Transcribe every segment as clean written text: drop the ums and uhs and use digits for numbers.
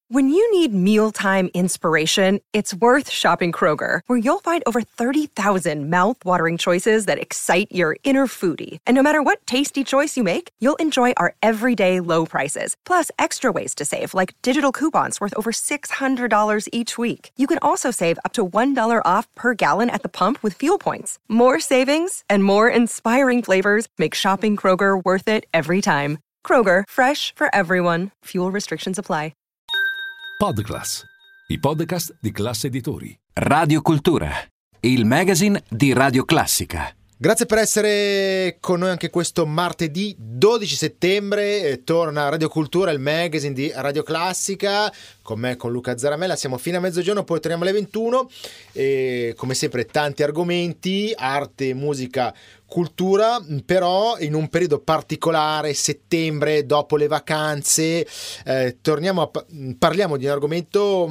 When you need mealtime inspiration, it's worth shopping Kroger, where you'll find over 30,000 mouth-watering choices that excite your inner foodie. And no matter what tasty choice you make, you'll enjoy our everyday low prices, plus extra ways to save, like digital coupons worth over $600 each week. You can also save up to $1 off per gallon at the pump with fuel points. More savings and more inspiring flavors make shopping Kroger worth it every time. Kroger, fresh for everyone. Fuel restrictions apply. Podclass, i podcast di Classe Editori. Radio Cultura, il magazine di Radio Classica. Grazie per essere con noi anche questo martedì 12 settembre. Torna Radio Cultura, il magazine di Radio Classica. Con me, con Luca Zaramella, siamo fino a mezzogiorno, poi torniamo alle 21. E come sempre tanti argomenti, arte, musica, cultura, però in un periodo particolare, settembre, dopo le vacanze, parliamo di un argomento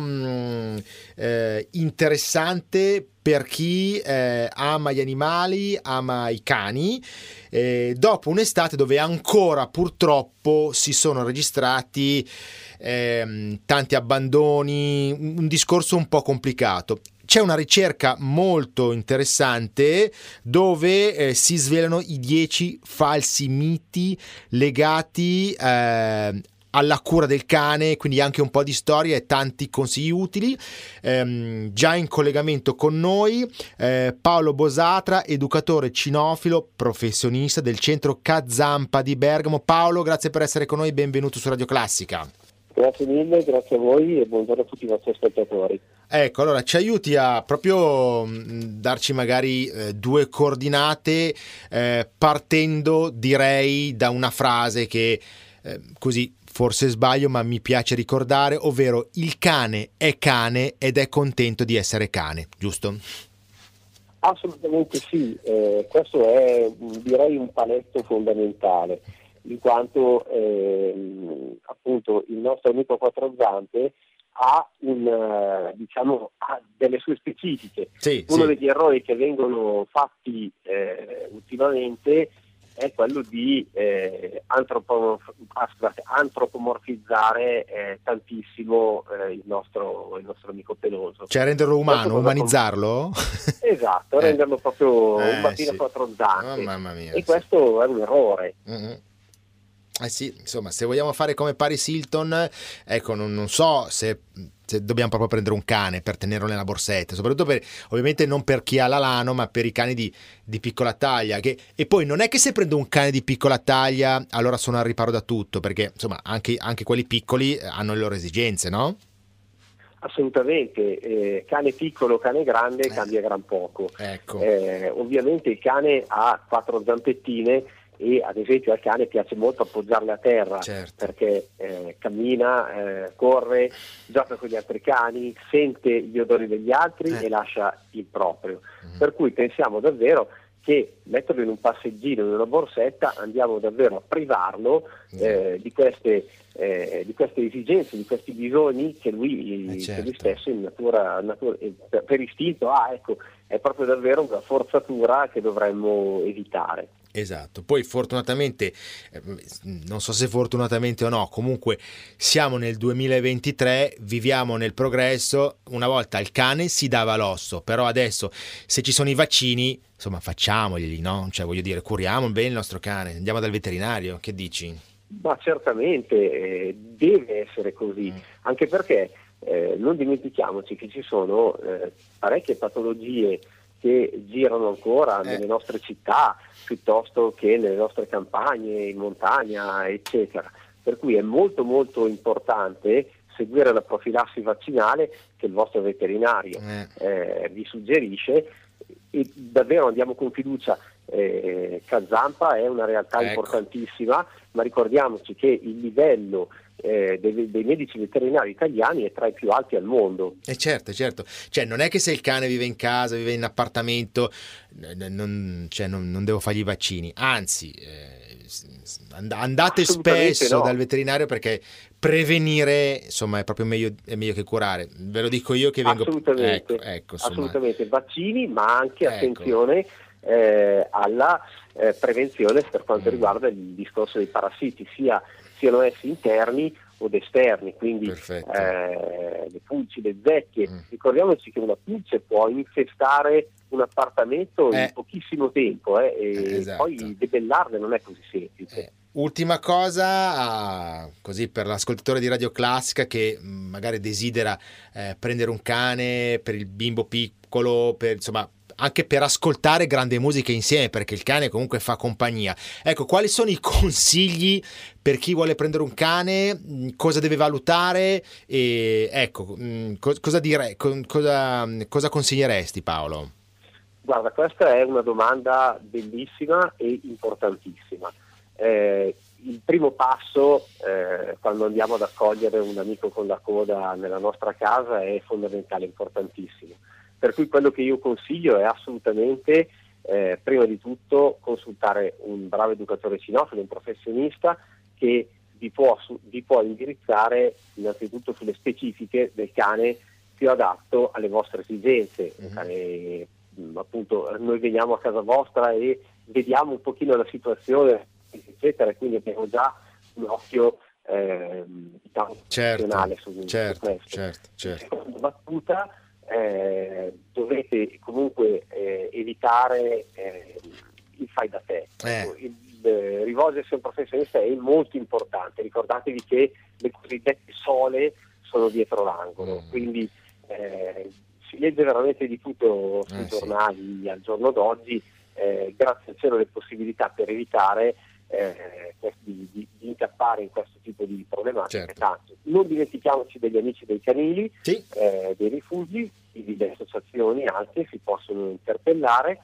interessante per chi ama gli animali, ama i cani, dopo un'estate dove ancora purtroppo si sono registrati tanti abbandoni, un discorso un po' complicato. C'è una ricerca molto interessante dove si svelano i 10 falsi miti legati alla cura del cane, quindi anche un po' di storia e tanti consigli utili. Già in collegamento con noi Paolo Bosatra, educatore cinofilo, professionista del centro Kazampa di Bergamo. Paolo, grazie per essere con noi, benvenuto su Radio Classica. Grazie mille, grazie a voi e buongiorno a tutti i vostri ascoltatori. Ecco, allora ci aiuti a proprio darci magari due coordinate, partendo direi da una frase che così forse sbaglio ma mi piace ricordare, ovvero il cane ed è contento di essere cane, giusto? Assolutamente sì, questo è direi un paletto fondamentale, in quanto appunto il nostro amico a quattro zampe ha ha delle sue specifiche. Sì, Uno sì. degli errori che vengono fatti ultimamente è quello di antropomorfizzare tantissimo il nostro amico peloso. Cioè renderlo umano, umanizzarlo? Esatto, renderlo proprio un bambino a sì. quattro zampe. Oh, mamma mia, e questo è un errore. Mm-hmm. Sì, insomma, se vogliamo fare come Paris Hilton, ecco, non so se dobbiamo proprio prendere un cane per tenerlo nella borsetta, soprattutto ovviamente non per chi ha l'alano, ma per i cani di piccola taglia. E poi non è che se prendo un cane di piccola taglia allora sono al riparo da tutto, perché insomma anche quelli piccoli hanno le loro esigenze, no? Assolutamente, cane piccolo, cane grande cambia gran poco. Ecco. Ovviamente il cane ha quattro zampettine e ad esempio al cane piace molto appoggiarle a terra, certo, perché cammina, corre, gioca con gli altri cani, sente gli odori degli altri e lascia il proprio. Per cui pensiamo davvero che metterlo in un passeggino, in una borsetta, andiamo davvero a privarlo di queste esigenze, di questi bisogni che lui, certo, che lui stesso in natura per istinto ha. Ecco, è proprio davvero una forzatura che dovremmo evitare. Esatto, poi fortunatamente, non so se fortunatamente o no, comunque siamo nel 2023, viviamo nel progresso. Una volta il cane si dava l'osso, però adesso se ci sono i vaccini, insomma facciamoli, no? Cioè voglio dire, curiamo bene il nostro cane, andiamo dal veterinario, che dici? Ma certamente deve essere così, anche perché non dimentichiamoci che ci sono parecchie patologie che girano ancora nelle nostre città piuttosto che nelle nostre campagne, in montagna, eccetera. Per cui è molto molto importante seguire la profilassi vaccinale che il vostro veterinario vi suggerisce, e davvero andiamo con fiducia. Kazampa è una realtà importantissima, ma ricordiamoci che il livello dei medici veterinari italiani è tra i più alti al mondo. Certo, cioè non è che se il cane vive in casa, vive in appartamento, non devo fargli i vaccini, anzi andate spesso dal veterinario, perché prevenire insomma è proprio meglio che curare, ve lo dico io che vengo assolutamente vaccini, ma anche attenzione alla prevenzione per quanto riguarda il discorso dei parassiti, siano essi interni o esterni, quindi le pulci, le zecche. Ricordiamoci che una pulce può infestare un appartamento in pochissimo tempo e poi debellarle non è così semplice. Ultima cosa, così per l'ascoltatore di Radio Classica che magari desidera prendere un cane per il bimbo piccolo, insomma anche per ascoltare grande musica insieme, perché il cane comunque fa compagnia. Ecco, quali sono i consigli per chi vuole prendere un cane? Cosa deve valutare? E ecco, cosa consiglieresti, Paolo? Guarda, questa è una domanda bellissima e importantissima. Il primo passo quando andiamo ad accogliere un amico con la coda nella nostra casa è fondamentale, importantissimo. Per cui quello che io consiglio è assolutamente prima di tutto consultare un bravo educatore cinofilo, un professionista che vi può indirizzare innanzitutto sulle specifiche del cane più adatto alle vostre esigenze. Un cane, appunto, noi veniamo a casa vostra e vediamo un pochino la situazione, eccetera, e quindi abbiamo già un occhio professionale su questo. Certo. Seconda battuta, dovete comunque evitare il fai da te. Rivolgersi a un professionista è molto importante. Ricordatevi che le cosiddette sole sono dietro l'angolo, quindi si legge veramente di tutto sui giornali al giorno d'oggi. Grazie al cielo le possibilità per evitare di incappare in questo tipo di problematiche. Tanto non dimentichiamoci degli amici dei canili, dei rifugi, delle associazioni anche si possono interpellare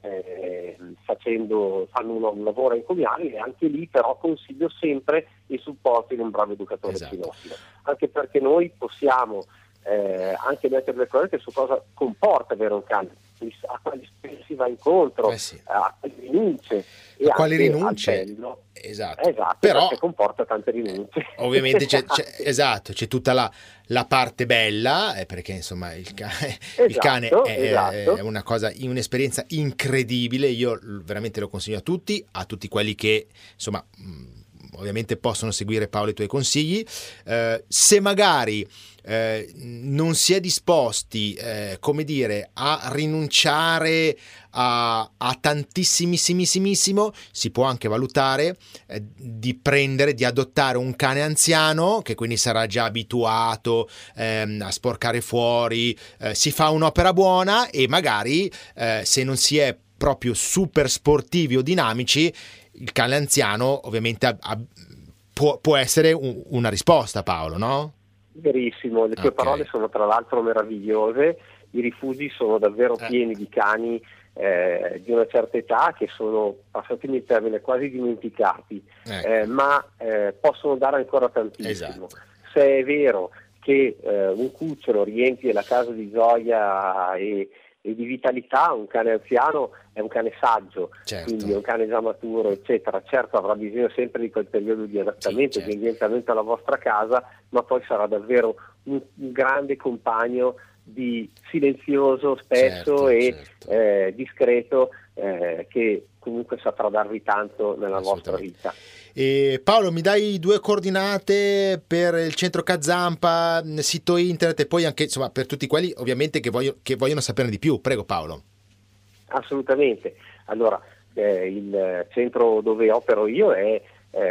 fanno un lavoro encomiabile, e anche lì però consiglio sempre il supporto di un bravo educatore cinofilo, anche perché noi possiamo anche mettere le corrette su cosa comporta avere un cane, a quali spese si va incontro, a quali rinunce esatto. Però perché comporta tante rinunce. Ovviamente c'è tutta la parte bella, perché insomma il cane è una cosa, un'esperienza incredibile. Io veramente lo consiglio a tutti quelli che insomma ovviamente possono seguire, Paolo, i tuoi consigli. Se magari non si è disposti a rinunciare a tantissimissimo, si può anche valutare di adottare un cane anziano che quindi sarà già abituato a sporcare fuori, si fa un'opera buona, e magari se non si è proprio super sportivi o dinamici, il cane anziano ovviamente può essere una risposta, Paolo, no? Verissimo, le tue parole sono tra l'altro meravigliose. I rifugi sono davvero pieni di cani di una certa età che sono, passatemi il termine, quasi dimenticati, ma possono dare ancora tantissimo. Se è vero che un cucciolo riempie la casa di gioia e di vitalità, un cane anziano è un cane saggio, quindi è un cane già maturo, eccetera. Certo, avrà bisogno sempre di quel periodo di adattamento, di ambientamento alla vostra casa, ma poi sarà davvero un grande compagno, silenzioso spesso e discreto, che comunque saprà darvi tanto nella vostra vita. E Paolo, mi dai 2 coordinate per il centro Cazampa, sito internet, e poi anche insomma per tutti quelli ovviamente che vogliono saperne di più. Prego, Paolo. Assolutamente. Allora, il centro dove opero io è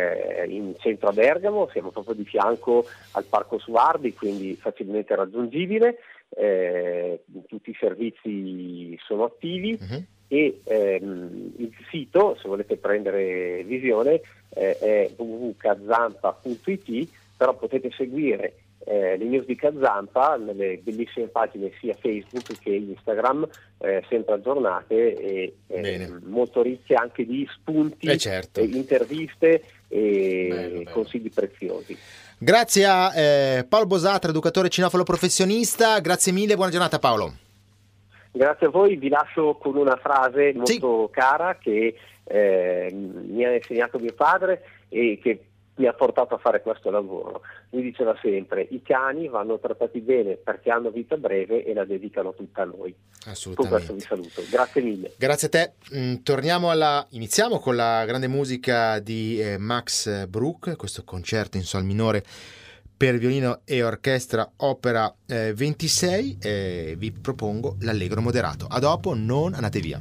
in centro a Bergamo, siamo proprio di fianco al Parco Suardi, quindi facilmente raggiungibile. Tutti i servizi sono attivi. E il sito, se volete prendere visione, è www.kazampa.it, però potete seguire le news di Kazampa nelle bellissime pagine sia Facebook che Instagram, sempre aggiornate e molto ricche anche di spunti, interviste e consigli preziosi. Grazie a Paolo Bosatra, educatore cinofilo professionista, grazie mille, buona giornata, Paolo. Grazie a voi, vi lascio con una frase molto cara che mi ha insegnato mio padre e che mi ha portato a fare questo lavoro. Lui diceva sempre: i cani vanno trattati bene perché hanno vita breve e la dedicano tutta a noi. Assolutamente. Con questo vi saluto, grazie mille. Grazie a te. Iniziamo con la grande musica di Max Bruch, questo concerto in sol minore per violino e orchestra opera 26, vi propongo l'Allegro moderato. A dopo, non andate via.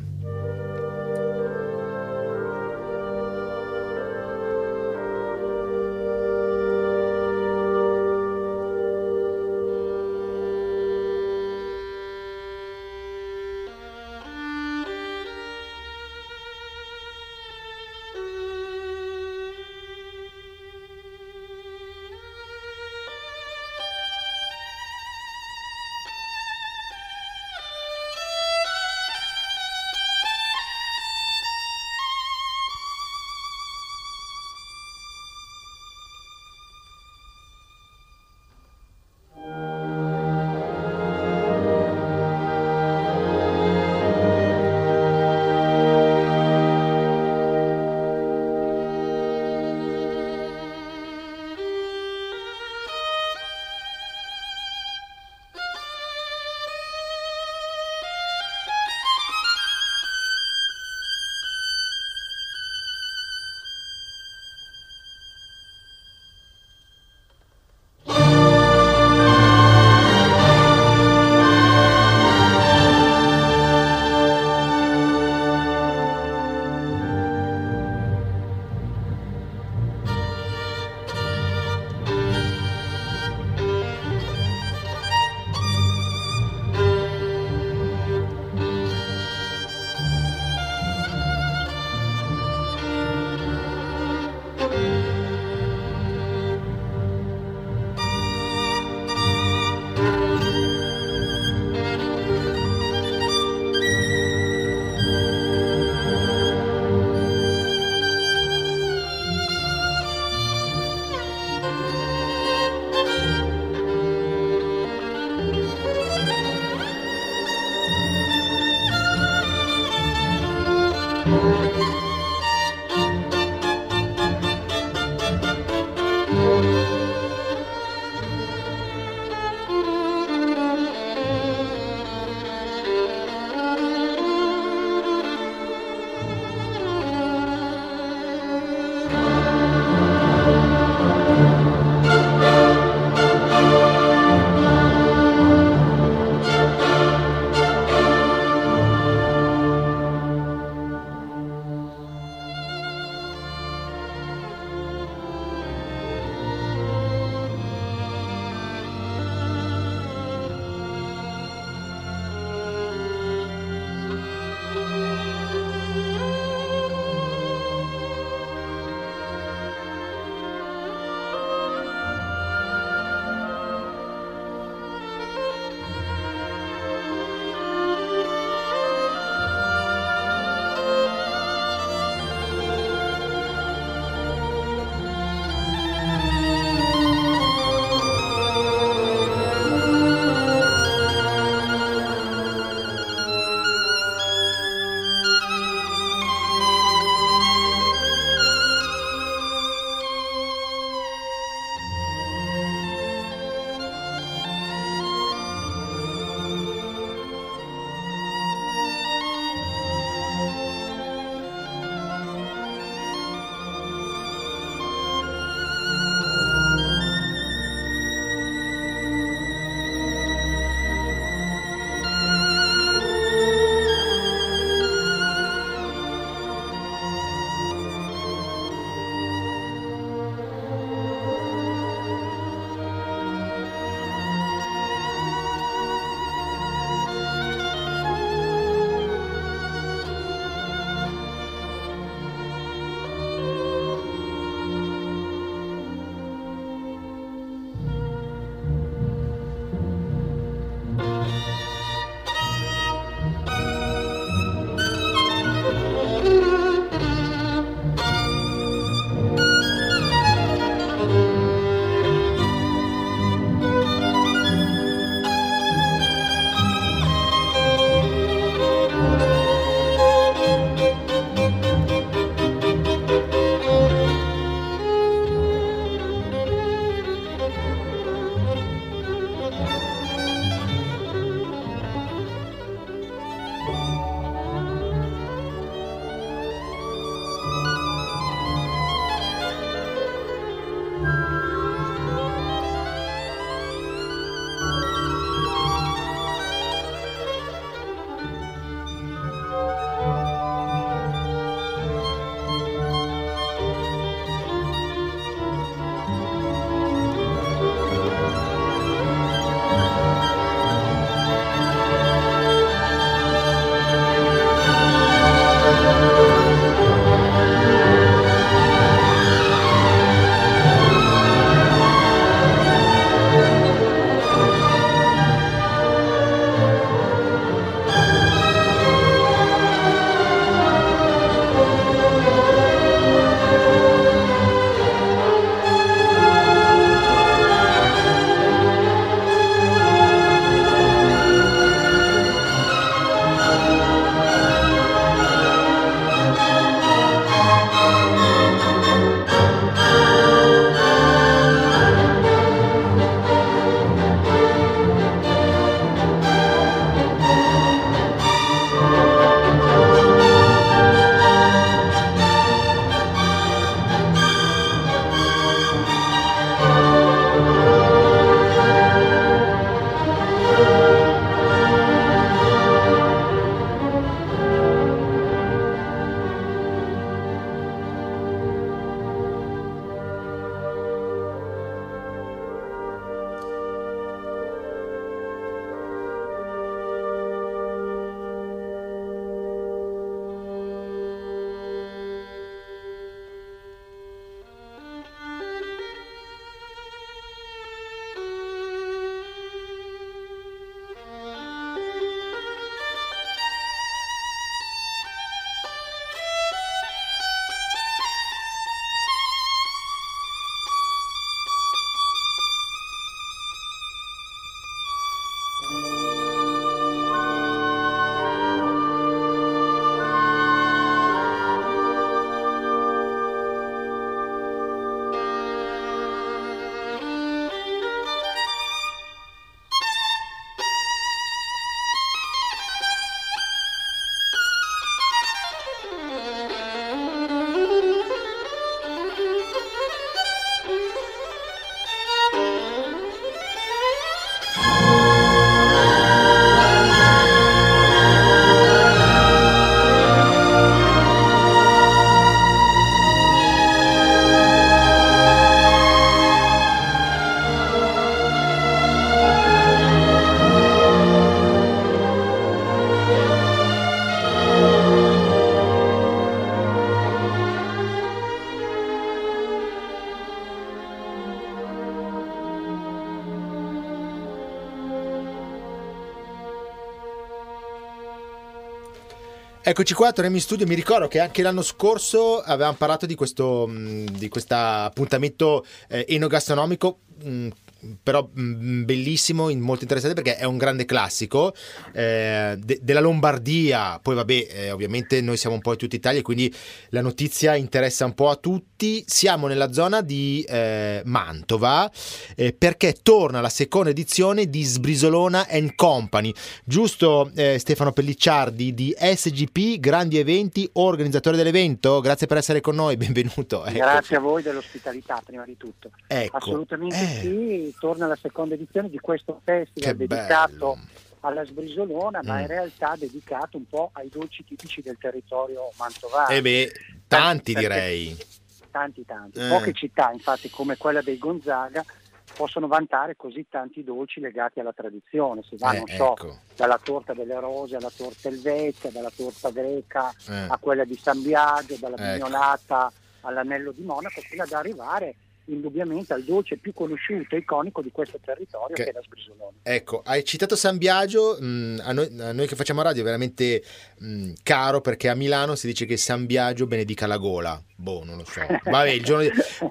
Eccoci qua, torniamo in studio. Mi ricordo che anche l'anno scorso avevamo parlato di questo appuntamento enogastronomico, però bellissimo, molto interessante, perché è un grande classico della Lombardia. Poi vabbè, ovviamente noi siamo un po' in tutta Italia, quindi la notizia interessa un po' a tutti. Siamo nella zona di Mantova, perché torna la seconda edizione di Sbrisolona & Company, giusto Stefano Pellicciardi di SGP Grandi Eventi, organizzatore dell'evento? Grazie per essere con noi, benvenuto. Grazie a voi dell'ospitalità, prima di tutto. Ecco. Assolutamente sì, torna la seconda edizione di questo festival dedicato alla Sbrisolona, ma in realtà dedicato un po' ai dolci tipici del territorio mantovano. Tanti direi. Tanti. Poche città, infatti, come quella dei Gonzaga, possono vantare così tanti dolci legati alla tradizione. Si va, ecco, dalla torta delle rose alla torta elvetica, dalla torta greca a quella di San Biagio, dalla mignolata all'anello di Monaco, fino ad arrivare indubbiamente al dolce più conosciuto e iconico di questo territorio, che è la Sbrisolona. Ecco, hai citato San Biagio, a noi che facciamo radio è veramente caro, perché a Milano si dice che San Biagio benedica la gola. Non lo so. Vabbè, il giorno di...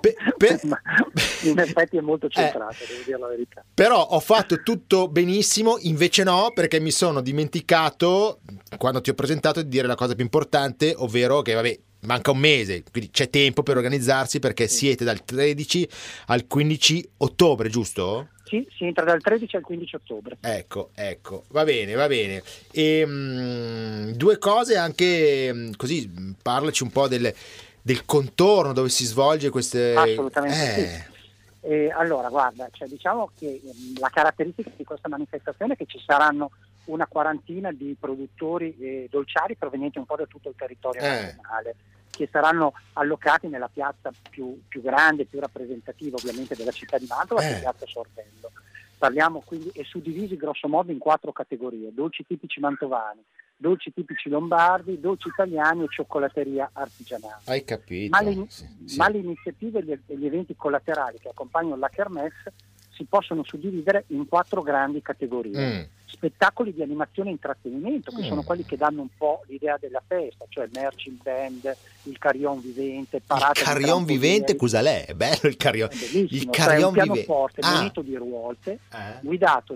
in effetti è molto centrato, devo dire la verità. Però ho fatto tutto benissimo, invece no, perché mi sono dimenticato, quando ti ho presentato, di dire la cosa più importante, ovvero che vabbè, manca un mese, quindi c'è tempo per organizzarsi, perché siete dal 13 al 15 ottobre, giusto? Sì, si entra dal 13 al 15 ottobre. Ecco, va bene. E due cose anche, così, parlaci un po' del contorno dove si svolge queste... Assolutamente sì. Allora, guarda, diciamo che la caratteristica di questa manifestazione è che ci saranno una quarantina di produttori dolciari provenienti un po' da tutto il territorio nazionale, che saranno allocati nella piazza più grande, più rappresentativa ovviamente della città di Mantova, che è Piazza Sortello. Parliamo quindi, è suddivisi grosso modo in 4 categorie: dolci tipici mantovani, dolci tipici lombardi, dolci italiani e cioccolateria artigianale. Hai capito? Ma le iniziative e gli eventi collaterali che accompagnano la Kermesse si possono suddividere in 4 grandi categorie. Spettacoli di animazione e intrattenimento, che sono quelli che danno un po' l'idea della festa, cioè marching band, il carillon vivente, parate. Il carillon vivente, cosa l'è? È bello il carillon. Il carillon vivente. Un pianoforte munito di ruote, guidato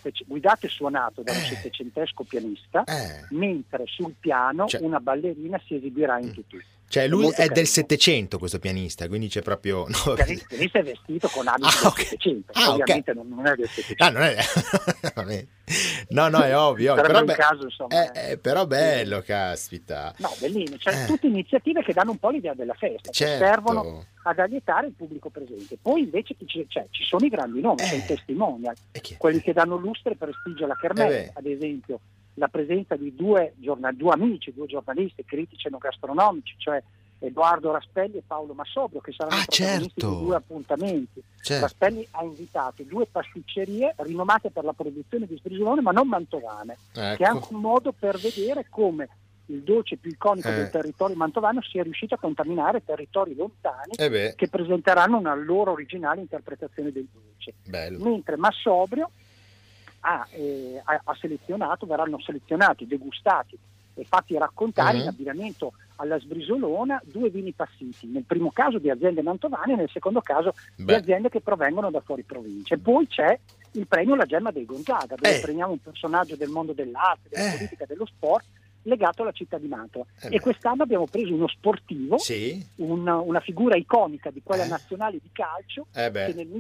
e suonato da un settecentesco pianista, mentre sul piano una ballerina si esibirà in tutù. Cioè lui è del Settecento, questo pianista, quindi c'è proprio... No. Il pianista è vestito con abiti del Settecento, ovviamente non è del Settecento. No, è ovvio. Però, caso, insomma, però bello, caspita. No, bellino, tutte iniziative che danno un po' l'idea della festa, che servono ad allietare il pubblico presente. Poi invece ci sono i grandi nomi, i testimonial, quelli che danno lustro e prestigio alla Kermesse, ad esempio la presenza di due amici, 2 giornalisti, critici enogastronomici, cioè Edoardo Raspelli e Paolo Massobrio, che saranno protagonisti di 2 appuntamenti. Raspelli ha invitato 2 pasticcerie rinomate per la produzione di sbrisolone, ma non mantovane, che è anche un modo per vedere come il dolce più iconico del territorio mantovano sia riuscito a contaminare territori lontani che presenteranno una loro originale interpretazione del dolce. Bello. Mentre Massobrio ha selezionato, verranno selezionati, degustati e fatti raccontare in abbinamento alla sbrisolona 2 vini passiti, nel primo caso di aziende mantovane, nel secondo caso di aziende che provengono da fuori provincia. E poi c'è il premio La Gemma dei Gonzaga, dove premiamo un personaggio del mondo dell'arte, della politica, dello sport, legato alla città di Mantova. E quest'anno abbiamo preso uno sportivo, una figura iconica di quella nazionale di calcio, che nel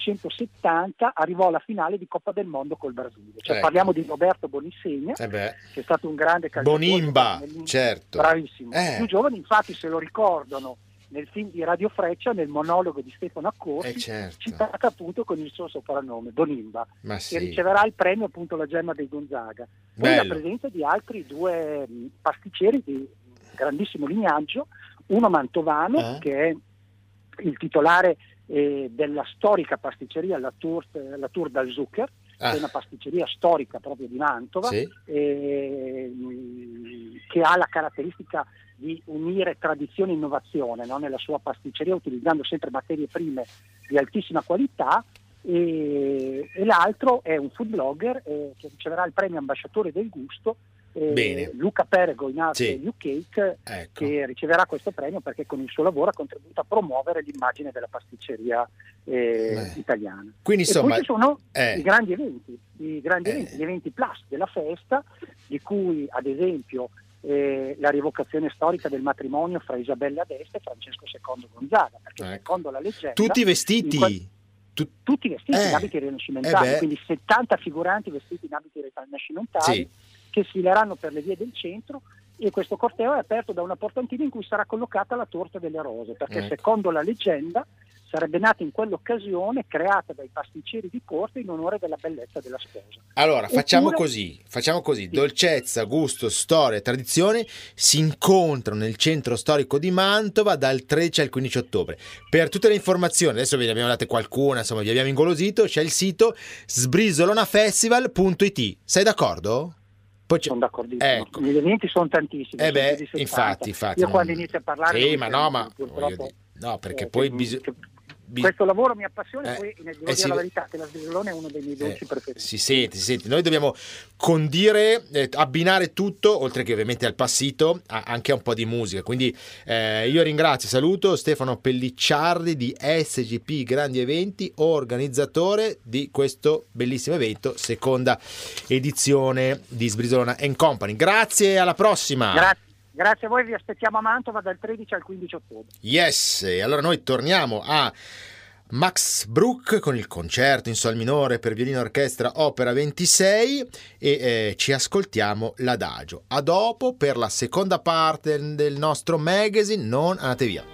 1970 arrivò alla finale di Coppa del Mondo col Brasile. Parliamo di Roberto Bonissegna, che è stato un grande calciatore. Bonimba, bravissimo. I più giovani infatti se lo ricordano nel film di Radio Freccia, nel monologo di Stefano Accorsi, citato appunto con il suo soprannome, Bonimba, che riceverà il premio appunto La Gemma dei Gonzaga. Poi la presenza di altri 2 pasticceri di grandissimo lignaggio, uno mantovano, che è il titolare della storica pasticceria La Tour dal Zucker, che è una pasticceria storica proprio di Mantova, che ha la caratteristica di unire tradizione e innovazione, no? Nella sua pasticceria, utilizzando sempre materie prime di altissima qualità. E l'altro è un food blogger che riceverà il premio Ambasciatore del Gusto, Luca Perego in arte Sì. You Cake, Ecco. che riceverà questo premio perché con il suo lavoro ha contribuito a promuovere l'immagine della pasticceria italiana. Quindi, E insomma, poi ci sono i grandi eventi, gli eventi plus della festa, di cui ad esempio la rievocazione storica del matrimonio fra Isabella d'Este e Francesco II Gonzaga, perché secondo la leggenda tutti vestiti tutti vestiti in abiti rinascimentali, quindi 70 figuranti vestiti in abiti rinascimentali che sfileranno per le vie del centro, e questo corteo è aperto da una portantina in cui sarà collocata la torta delle rose, perché secondo la leggenda sarebbe nata in quell'occasione, creata dai pasticceri di corte in onore della bellezza della sposa. Allora, facciamo così. Sì. Dolcezza, gusto, storia e tradizione si incontrano nel centro storico di Mantova dal 13 al 15 ottobre. Per tutte le informazioni, adesso ve ne abbiamo date qualcuna, insomma vi abbiamo ingolosito, c'è il sito sbrisolonafestival.it. Sei d'accordo? Sono d'accordissimo. Ecco. Gli eventi sono tantissimi. Infatti. Io quando inizio a parlare... Sì, no, perché poi questo lavoro mi appassiona, e poi devo dire la verità che la sbrisolone è uno dei miei dolci preferiti. Si sente. Noi dobbiamo condire, abbinare tutto, oltre che ovviamente al passito, anche a un po' di musica. Quindi io ringrazio, saluto Stefano Pellicciardi di SGP Grandi Eventi, organizzatore di questo bellissimo evento, seconda edizione di Sbrisolona & Company. Grazie, alla prossima. Grazie a voi, vi aspettiamo a Mantova dal 13 al 15 ottobre. Yes, e allora noi torniamo a Max Bruch con il concerto in sol minore per violino orchestra opera 26 e ci ascoltiamo l'adagio. A dopo per la seconda parte del nostro magazine, non andate via.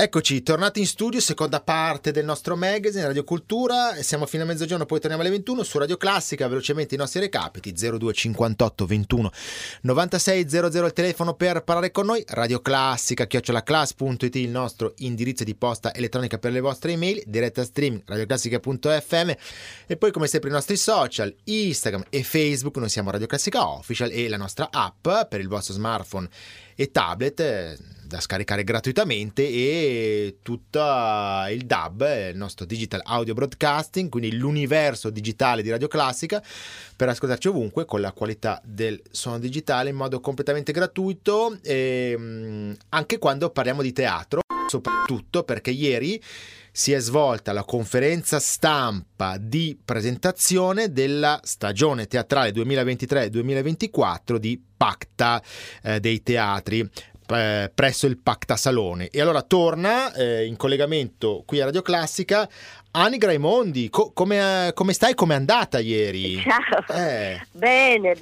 Eccoci, tornati in studio, seconda parte del nostro magazine Radio Cultura. Siamo fino a mezzogiorno, poi torniamo alle 21 su Radio Classica. Velocemente i nostri recapiti: 02 58 21 96 00 il telefono per parlare con noi. Radio Classica @class.it il nostro indirizzo di posta elettronica per le vostre email. Diretta stream radioclassica.fm, e poi come sempre i nostri social Instagram e Facebook. Noi siamo Radio Classica Official, e la nostra app per il vostro smartphone e tablet da scaricare gratuitamente, e tutto il DAB, il nostro digital audio broadcasting, quindi l'universo digitale di Radio Classica, per ascoltarci ovunque con la qualità del suono digitale in modo completamente gratuito, anche quando parliamo di teatro, soprattutto perché ieri si è svolta la conferenza stampa di presentazione della stagione teatrale 2023-2024 di Pacta dei teatri presso il Pacta Salone. E allora torna in collegamento qui a Radio Classica Ani Graimondi. Come stai? Com'è andata ieri? Ciao. Bene,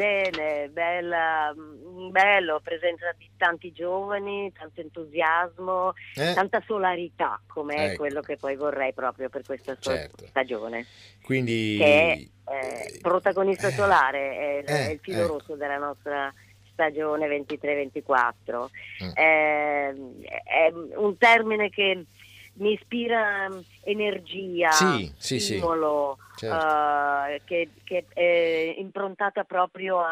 bello, presenza di tanti giovani, tanto entusiasmo, tanta solarità, come è quello che poi vorrei proprio per questa stagione. Quindi che è protagonista solare, è il filo rosso della nostra stagione 23-24. È un termine che mi ispira energia, stimolo, che è improntata proprio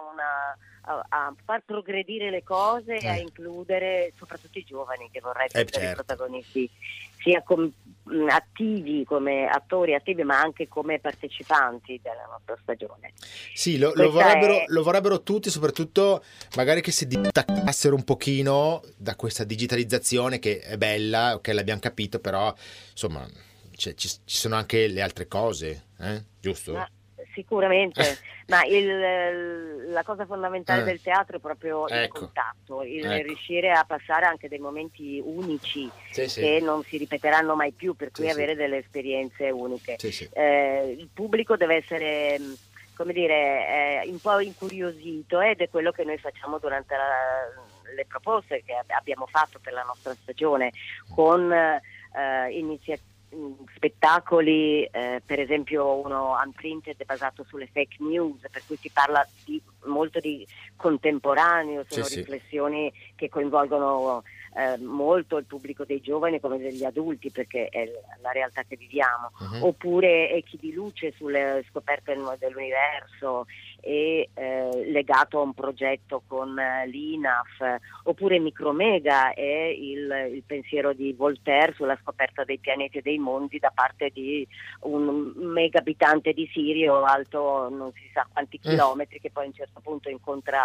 a far progredire le cose e a includere soprattutto i giovani, che vorrei essere protagonisti, sia attivi come attori attivi, ma anche come partecipanti della nostra stagione. Sì, lo vorrebbero tutti, soprattutto magari che si distaccassero un pochino da questa digitalizzazione, che è bella, ok, l'abbiamo capito, però insomma ci sono anche le altre cose, giusto? Sicuramente, ma la cosa fondamentale del teatro è proprio il contatto, riuscire a passare anche dei momenti unici che non si ripeteranno mai più, per cui avere delle esperienze uniche. Il pubblico deve essere, come dire, un po' incuriosito, ed è quello che noi facciamo durante le proposte che abbiamo fatto per la nostra stagione, con iniziative, spettacoli, per esempio uno unprinted basato sulle fake news, per cui si parla molto di contemporaneo, sono riflessioni che coinvolgono molto il pubblico dei giovani come degli adulti, perché è la realtà che viviamo. Oppure Echi di luce sulle scoperte dell'universo, e legato a un progetto con l'INAF. Oppure Micromega è il pensiero di Voltaire sulla scoperta dei pianeti e dei mondi da parte di un mega abitante di Sirio alto non si sa quanti chilometri, che poi a un certo punto incontra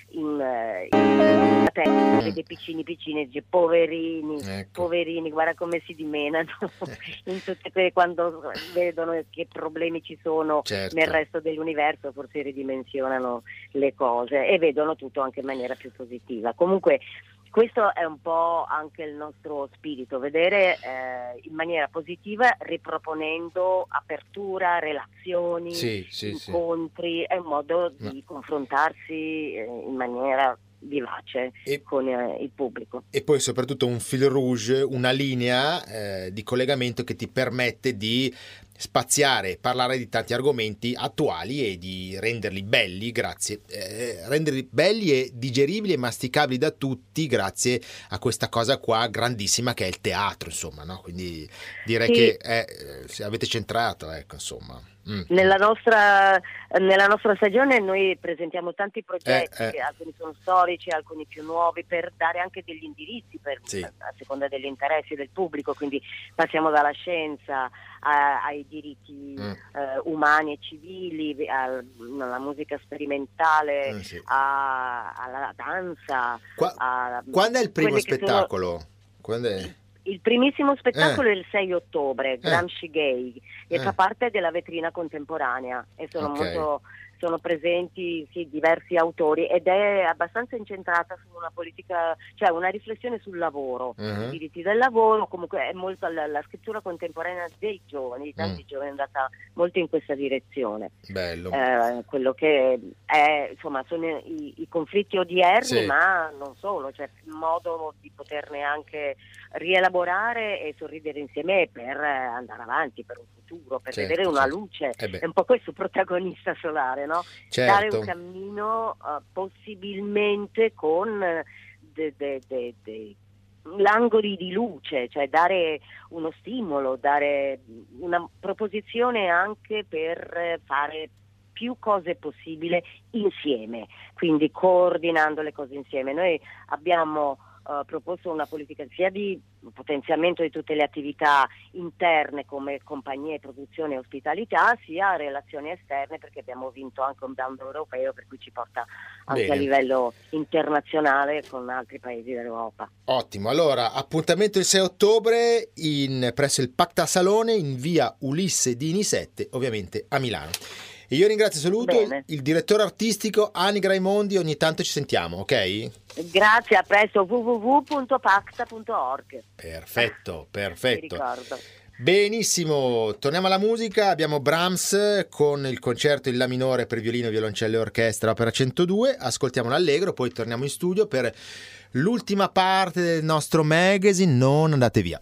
in terra dei piccini e dice poverini, guarda come si dimenano in tutte quando vedono che problemi ci sono nel resto dell'universo, forse ridimensionano le cose e vedono tutto anche in maniera più positiva. Comunque questo è un po' anche il nostro spirito, vedere in maniera positiva, riproponendo apertura, relazioni, incontri, è un modo di confrontarsi in maniera vivace con il pubblico. E poi soprattutto un fil rouge, una linea di collegamento che ti permette di spaziare, parlare di tanti argomenti attuali e di renderli belli, renderli belli e digeribili e masticabili da tutti, grazie a questa cosa qua grandissima che è il teatro, insomma, no? Quindi direi che avete centrato, ecco, insomma. Nella nostra stagione noi presentiamo tanti progetti, alcuni sono storici, alcuni più nuovi, per dare anche degli indirizzi a seconda degli interessi del pubblico, quindi passiamo dalla scienza ai diritti umani e civili, alla musica sperimentale, alla danza. Quando è il primo spettacolo? Quando è? Il primissimo spettacolo è il 6 ottobre, Gramsci Gay, e fa parte della vetrina contemporanea, e sono molto sono presenti diversi autori, ed è abbastanza incentrata su una politica, cioè una riflessione sul lavoro, i diritti del lavoro. Comunque è molto la scrittura contemporanea dei giovani, di tanti giovani, è andata molto in questa direzione. Bello. Quello che è, insomma, sono i conflitti odierni, ma non solo, cioè un modo di poterne anche rielaborare e sorridere insieme per andare avanti, per un futuro, per vedere una luce. È un po' questo protagonista solare, no? Dare un cammino possibilmente con angoli di luce, cioè dare uno stimolo, dare una proposizione anche per fare più cose possibile insieme, quindi coordinando le cose insieme. Noi abbiamo proposto una politica sia di potenziamento di tutte le attività interne come compagnie, produzione e ospitalità, sia relazioni esterne, perché abbiamo vinto anche un bando europeo, per cui ci porta anche a livello internazionale con altri paesi d'Europa. Ottimo, allora appuntamento il 6 ottobre presso il Pacta Salone in via Ulisse Dini 7, ovviamente a Milano. E io ringrazio e saluto il direttore artistico Ani Graimondi, ogni tanto ci sentiamo, ok? Grazie, a presto, www.pacta.org. Perfetto. Mi ricordo. Benissimo, torniamo alla musica, abbiamo Brahms con il concerto in La minore per violino, violoncello e orchestra, opera 102, ascoltiamo l'allegro, poi torniamo in studio per l'ultima parte del nostro magazine, non andate via.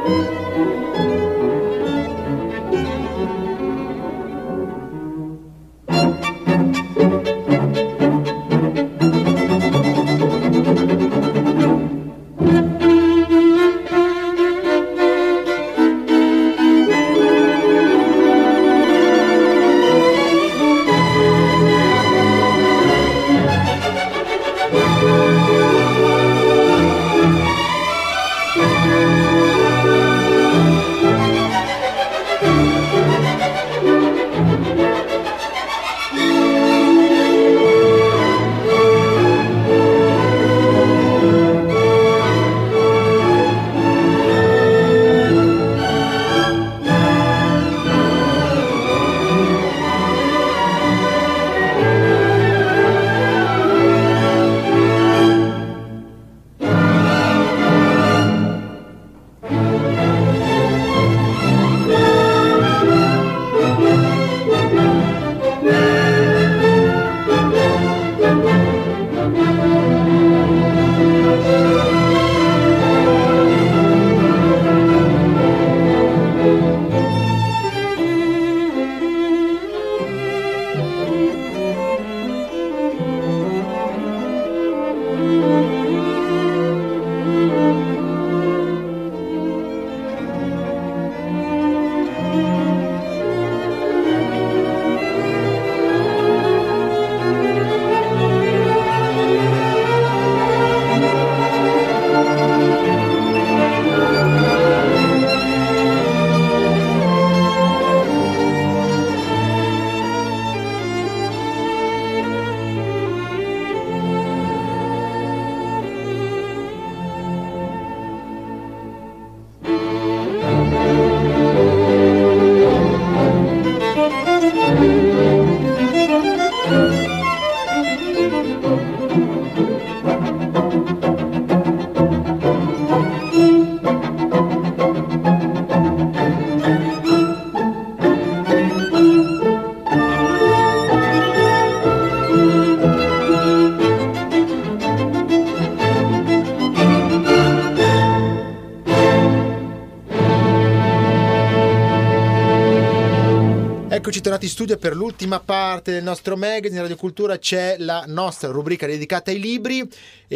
Eccoci tornati in studio per l'ultima parte del nostro magazine Radio Cultura. C'è la nostra rubrica dedicata ai libri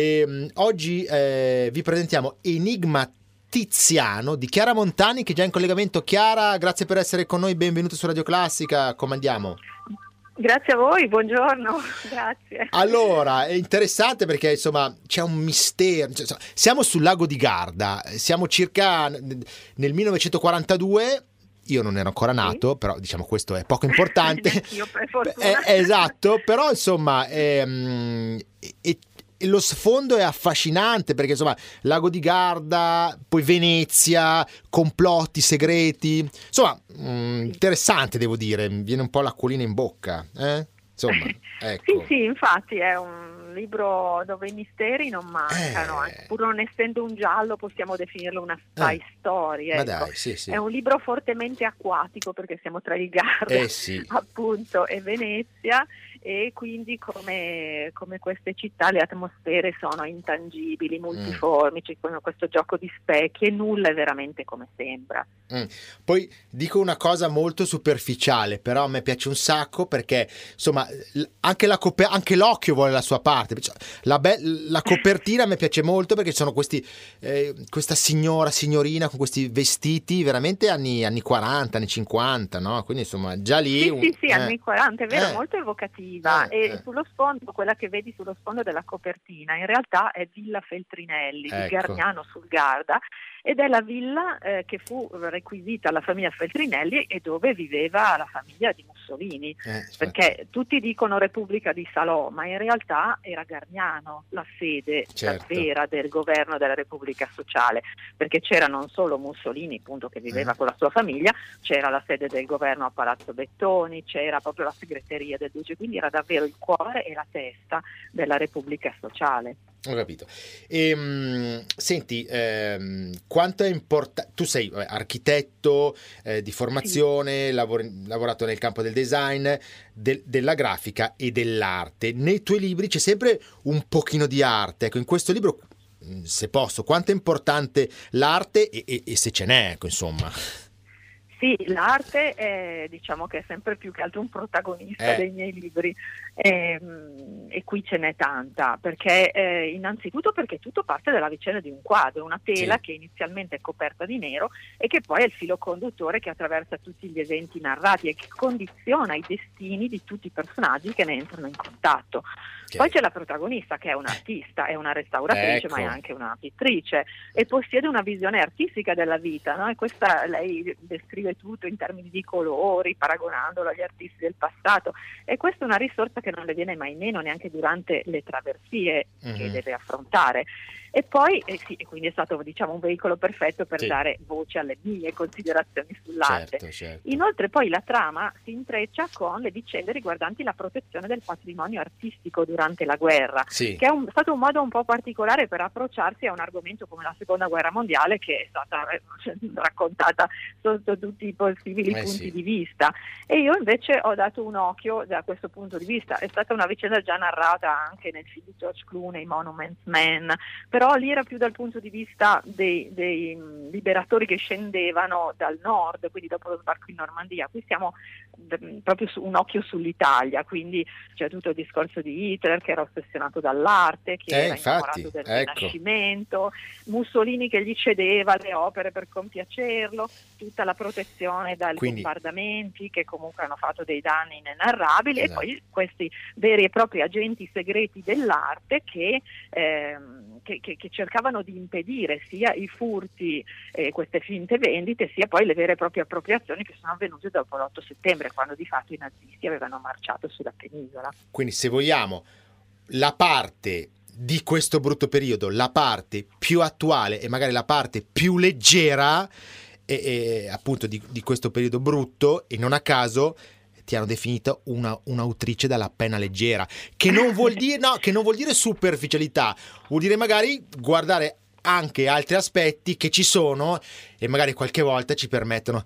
e oggi vi presentiamo Enigma Tiziano di Chiara Montani, che è già in collegamento. Chiara, grazie per essere con noi, benvenuta su Radio Classica, come andiamo? Grazie a voi, buongiorno, grazie. Allora, è interessante perché insomma c'è un mistero, siamo sul lago di Garda, siamo circa nel 1942. Io non ero ancora nato, sì. Però diciamo questo è poco importante. Io per fortuna. Esatto, però insomma lo sfondo è affascinante perché insomma Lago di Garda, poi Venezia, complotti segreti, insomma interessante, devo dire, mi viene un po' l'acquolina in bocca, insomma, ecco. Sì, infatti è un libro dove i misteri non mancano, pur non essendo un giallo possiamo definirlo una spy story, ecco. Ma dai, sì. È un libro fortemente acquatico perché siamo tra il Garda appunto e Venezia, e quindi come queste città le atmosfere sono intangibili, multiformi, c'è questo gioco di specchi e nulla è veramente come sembra. Poi dico una cosa molto superficiale, però a me piace un sacco perché insomma anche l'occhio vuole la sua parte. La copertina a me piace molto perché sono questa signorina con questi vestiti veramente anni 40, anni 50, no? Quindi insomma già lì sì, anni 40, è vero, molto evocativa. Sullo sfondo, quella che vedi sullo sfondo della copertina in realtà è Villa Feltrinelli di Gargnano sul Garda, ed è la villa che fu requisita alla famiglia Feltrinelli e dove viveva la famiglia di Mussolini, perché tutti dicono Repubblica di Salò, ma in realtà era Gargnano la sede vera del governo della Repubblica Sociale, perché c'era non solo Mussolini appunto che viveva con la sua famiglia, c'era la sede del governo a Palazzo Bettoni, c'era proprio la segreteria del Duce, quindi era davvero il cuore e la testa della Repubblica Sociale. Ho capito. Senti, quanto è importante, tu sei architetto di formazione, lavorato nel campo del design, della grafica e dell'arte. Nei tuoi libri c'è sempre un pochino di arte. Ecco, in questo libro se posso, quanto è importante l'arte e se ce n'è, ecco, insomma. Sì, l'arte è, diciamo che è sempre più che altro un protagonista dei miei libri, e qui ce n'è tanta, perché innanzitutto perché tutto parte dalla vicenda di un quadro, una tela che inizialmente è coperta di nero e che poi è il filo conduttore che attraversa tutti gli eventi narrati e che condiziona i destini di tutti i personaggi che ne entrano in contatto. Poi c'è la protagonista che è un'artista, è una restauratrice, ma è anche una pittrice e possiede una visione artistica della vita, no? E questa lei descrive tutto in termini di colori, paragonandolo agli artisti del passato, e questa è una risorsa che non le viene mai meno neanche durante le traversie che deve affrontare. E poi e quindi è stato, diciamo, un veicolo perfetto per dare voce alle mie considerazioni sull'arte. Certo. Inoltre poi la trama si intreccia con le vicende riguardanti la protezione del patrimonio artistico durante la guerra, che è stato un modo un po' particolare per approcciarsi a un argomento come la seconda guerra mondiale, che è stata raccontata sotto tutti i possibili punti di vista, e io invece ho dato un occhio da questo punto di vista. È stata una vicenda già narrata anche nel film di George Clooney, Monuments Men, però lì era più dal punto di vista dei liberatori che scendevano dal nord, quindi dopo lo sbarco in Normandia. Qui siamo proprio su un occhio sull'Italia, quindi c'è tutto il discorso di Hitler che era ossessionato dall'arte, che era innamorato del Rinascimento, Mussolini che gli cedeva le opere per compiacerlo, tutta la protezione dai bombardamenti che comunque hanno fatto dei danni inenarrabili, e poi questi veri e propri agenti segreti dell'arte che cercavano di impedire sia i furti e queste finte vendite, sia poi le vere e proprie appropriazioni che sono avvenute dopo l'8 settembre, quando di fatto i nazisti avevano marciato sulla penisola. Quindi, se vogliamo, la parte di questo brutto periodo, la parte più attuale e magari la parte più leggera e appunto di questo periodo brutto, e non a caso ti hanno definito un'autrice dalla penna leggera, che non vuol dire superficialità, vuol dire magari guardare anche altri aspetti che ci sono e magari qualche volta ci permettono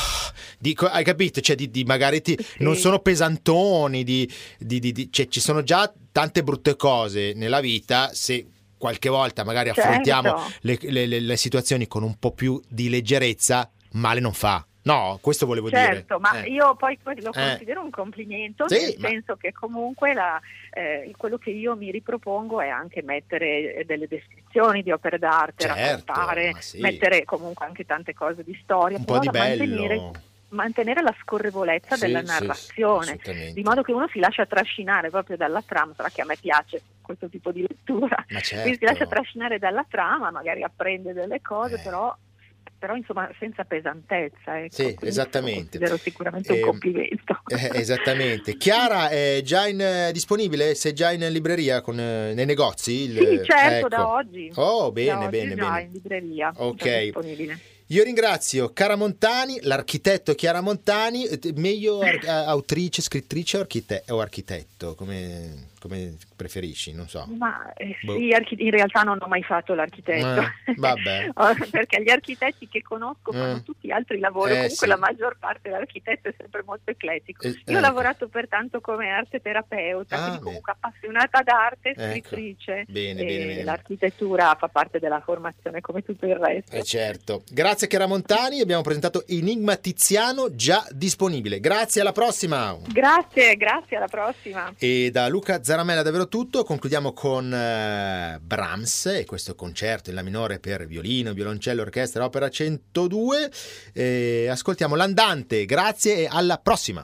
hai capito? Cioè di magari non sono pesantoni, cioè, ci sono già tante brutte cose nella vita. Se qualche volta magari affrontiamo le situazioni con un po' più di leggerezza, male non fa. No, questo volevo dire. Certo, ma io poi lo considero un complimento, nel senso che comunque quello che io mi ripropongo è anche mettere delle descrizioni di opere d'arte, raccontare, mettere comunque anche tante cose di storia, un po' di bello. Mantenere la scorrevolezza della narrazione, di modo che uno si lascia trascinare proprio dalla trama. Sarà che a me piace questo tipo di lettura, quindi si lascia trascinare dalla trama, magari apprende delle cose, però insomma senza pesantezza, ecco. Sì, esattamente. Considero sicuramente un complimento. Esattamente. Chiara, è già disponibile? Sei già in libreria nei negozi? Sì, certo, da oggi. Oh, bene, bene. Già in libreria. Ok. Già disponibile. Io ringrazio Chiara Montani, l'architetto Chiara Montani, meglio autrice, scrittrice o architetto, come preferisci, non so. Ma sì, in realtà non ho mai fatto l'architetto, vabbè. Perché gli architetti che conosco fanno tutti altri lavori, comunque la maggior parte dell'architetto è sempre molto eclettico. Io ho lavorato pertanto come arte terapeuta, quindi comunque appassionata d'arte, scrittrice, bene. L'architettura fa parte della formazione come tutto il resto. Certo. Grazie Chiara Montani, abbiamo presentato Enigma Tiziano, già disponibile. Grazie, alla prossima. Grazie, alla prossima. E da Luca Zaramella davvero tutto. Concludiamo con Brahms e questo concerto in La minore per violino, violoncello, orchestra, opera 102. Ascoltiamo l'Andante. Grazie e alla prossima.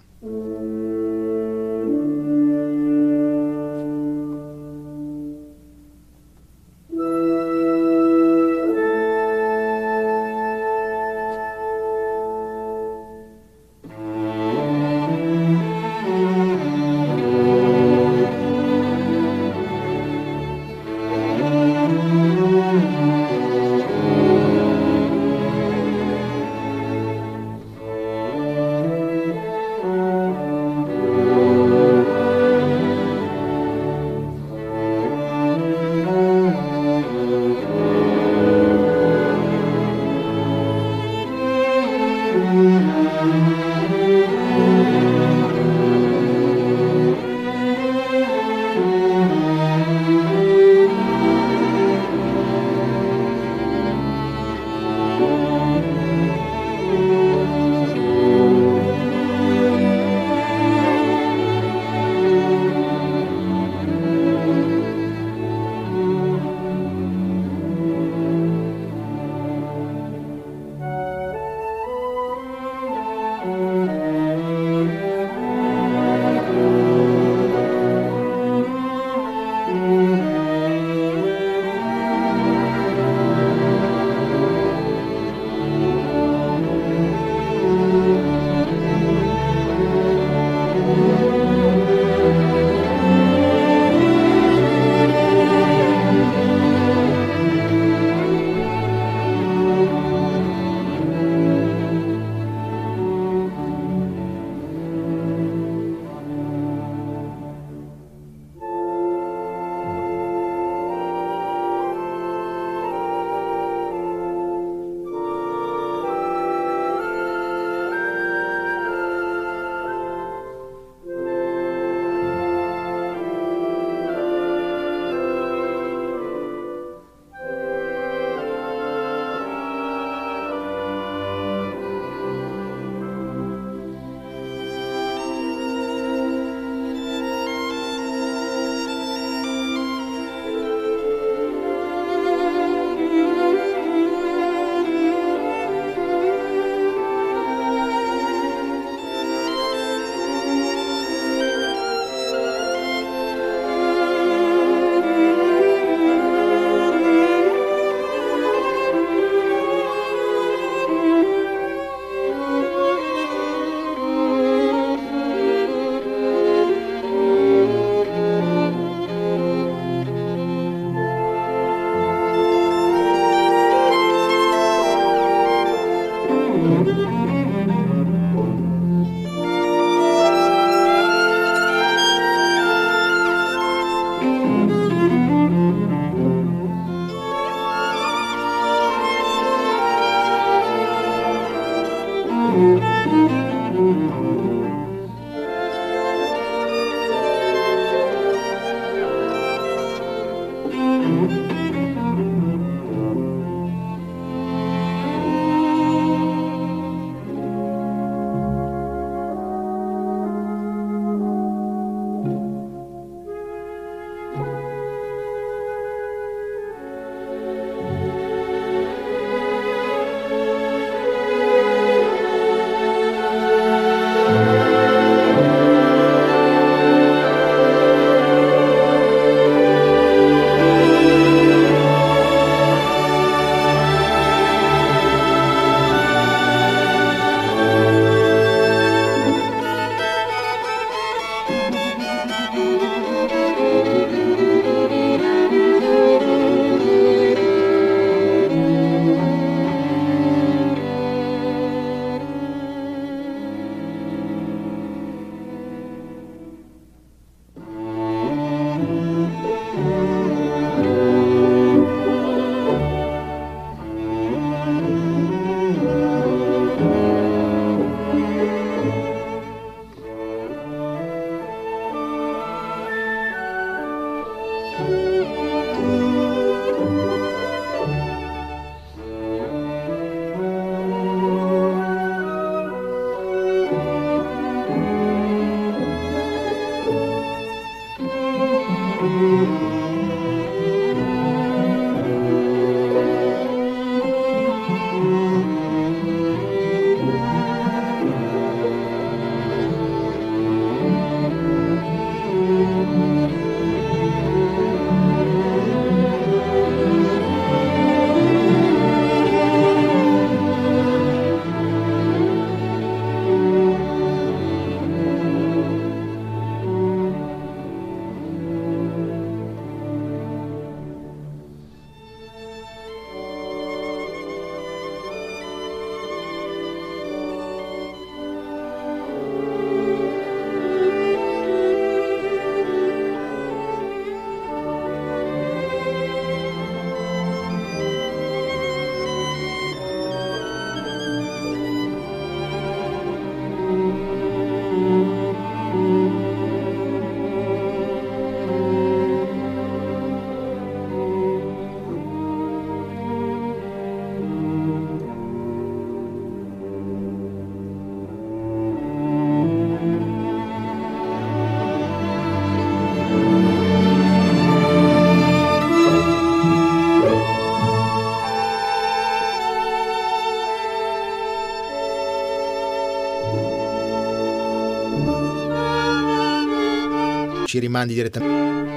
ci rimandi direttamente.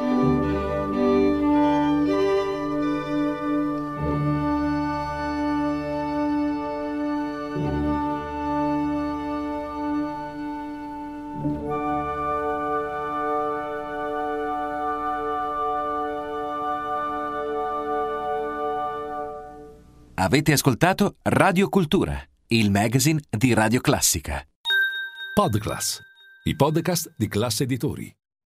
Avete ascoltato Radio Cultura, il magazine di Radio Classica. Podclass, i podcast di Classe Editori.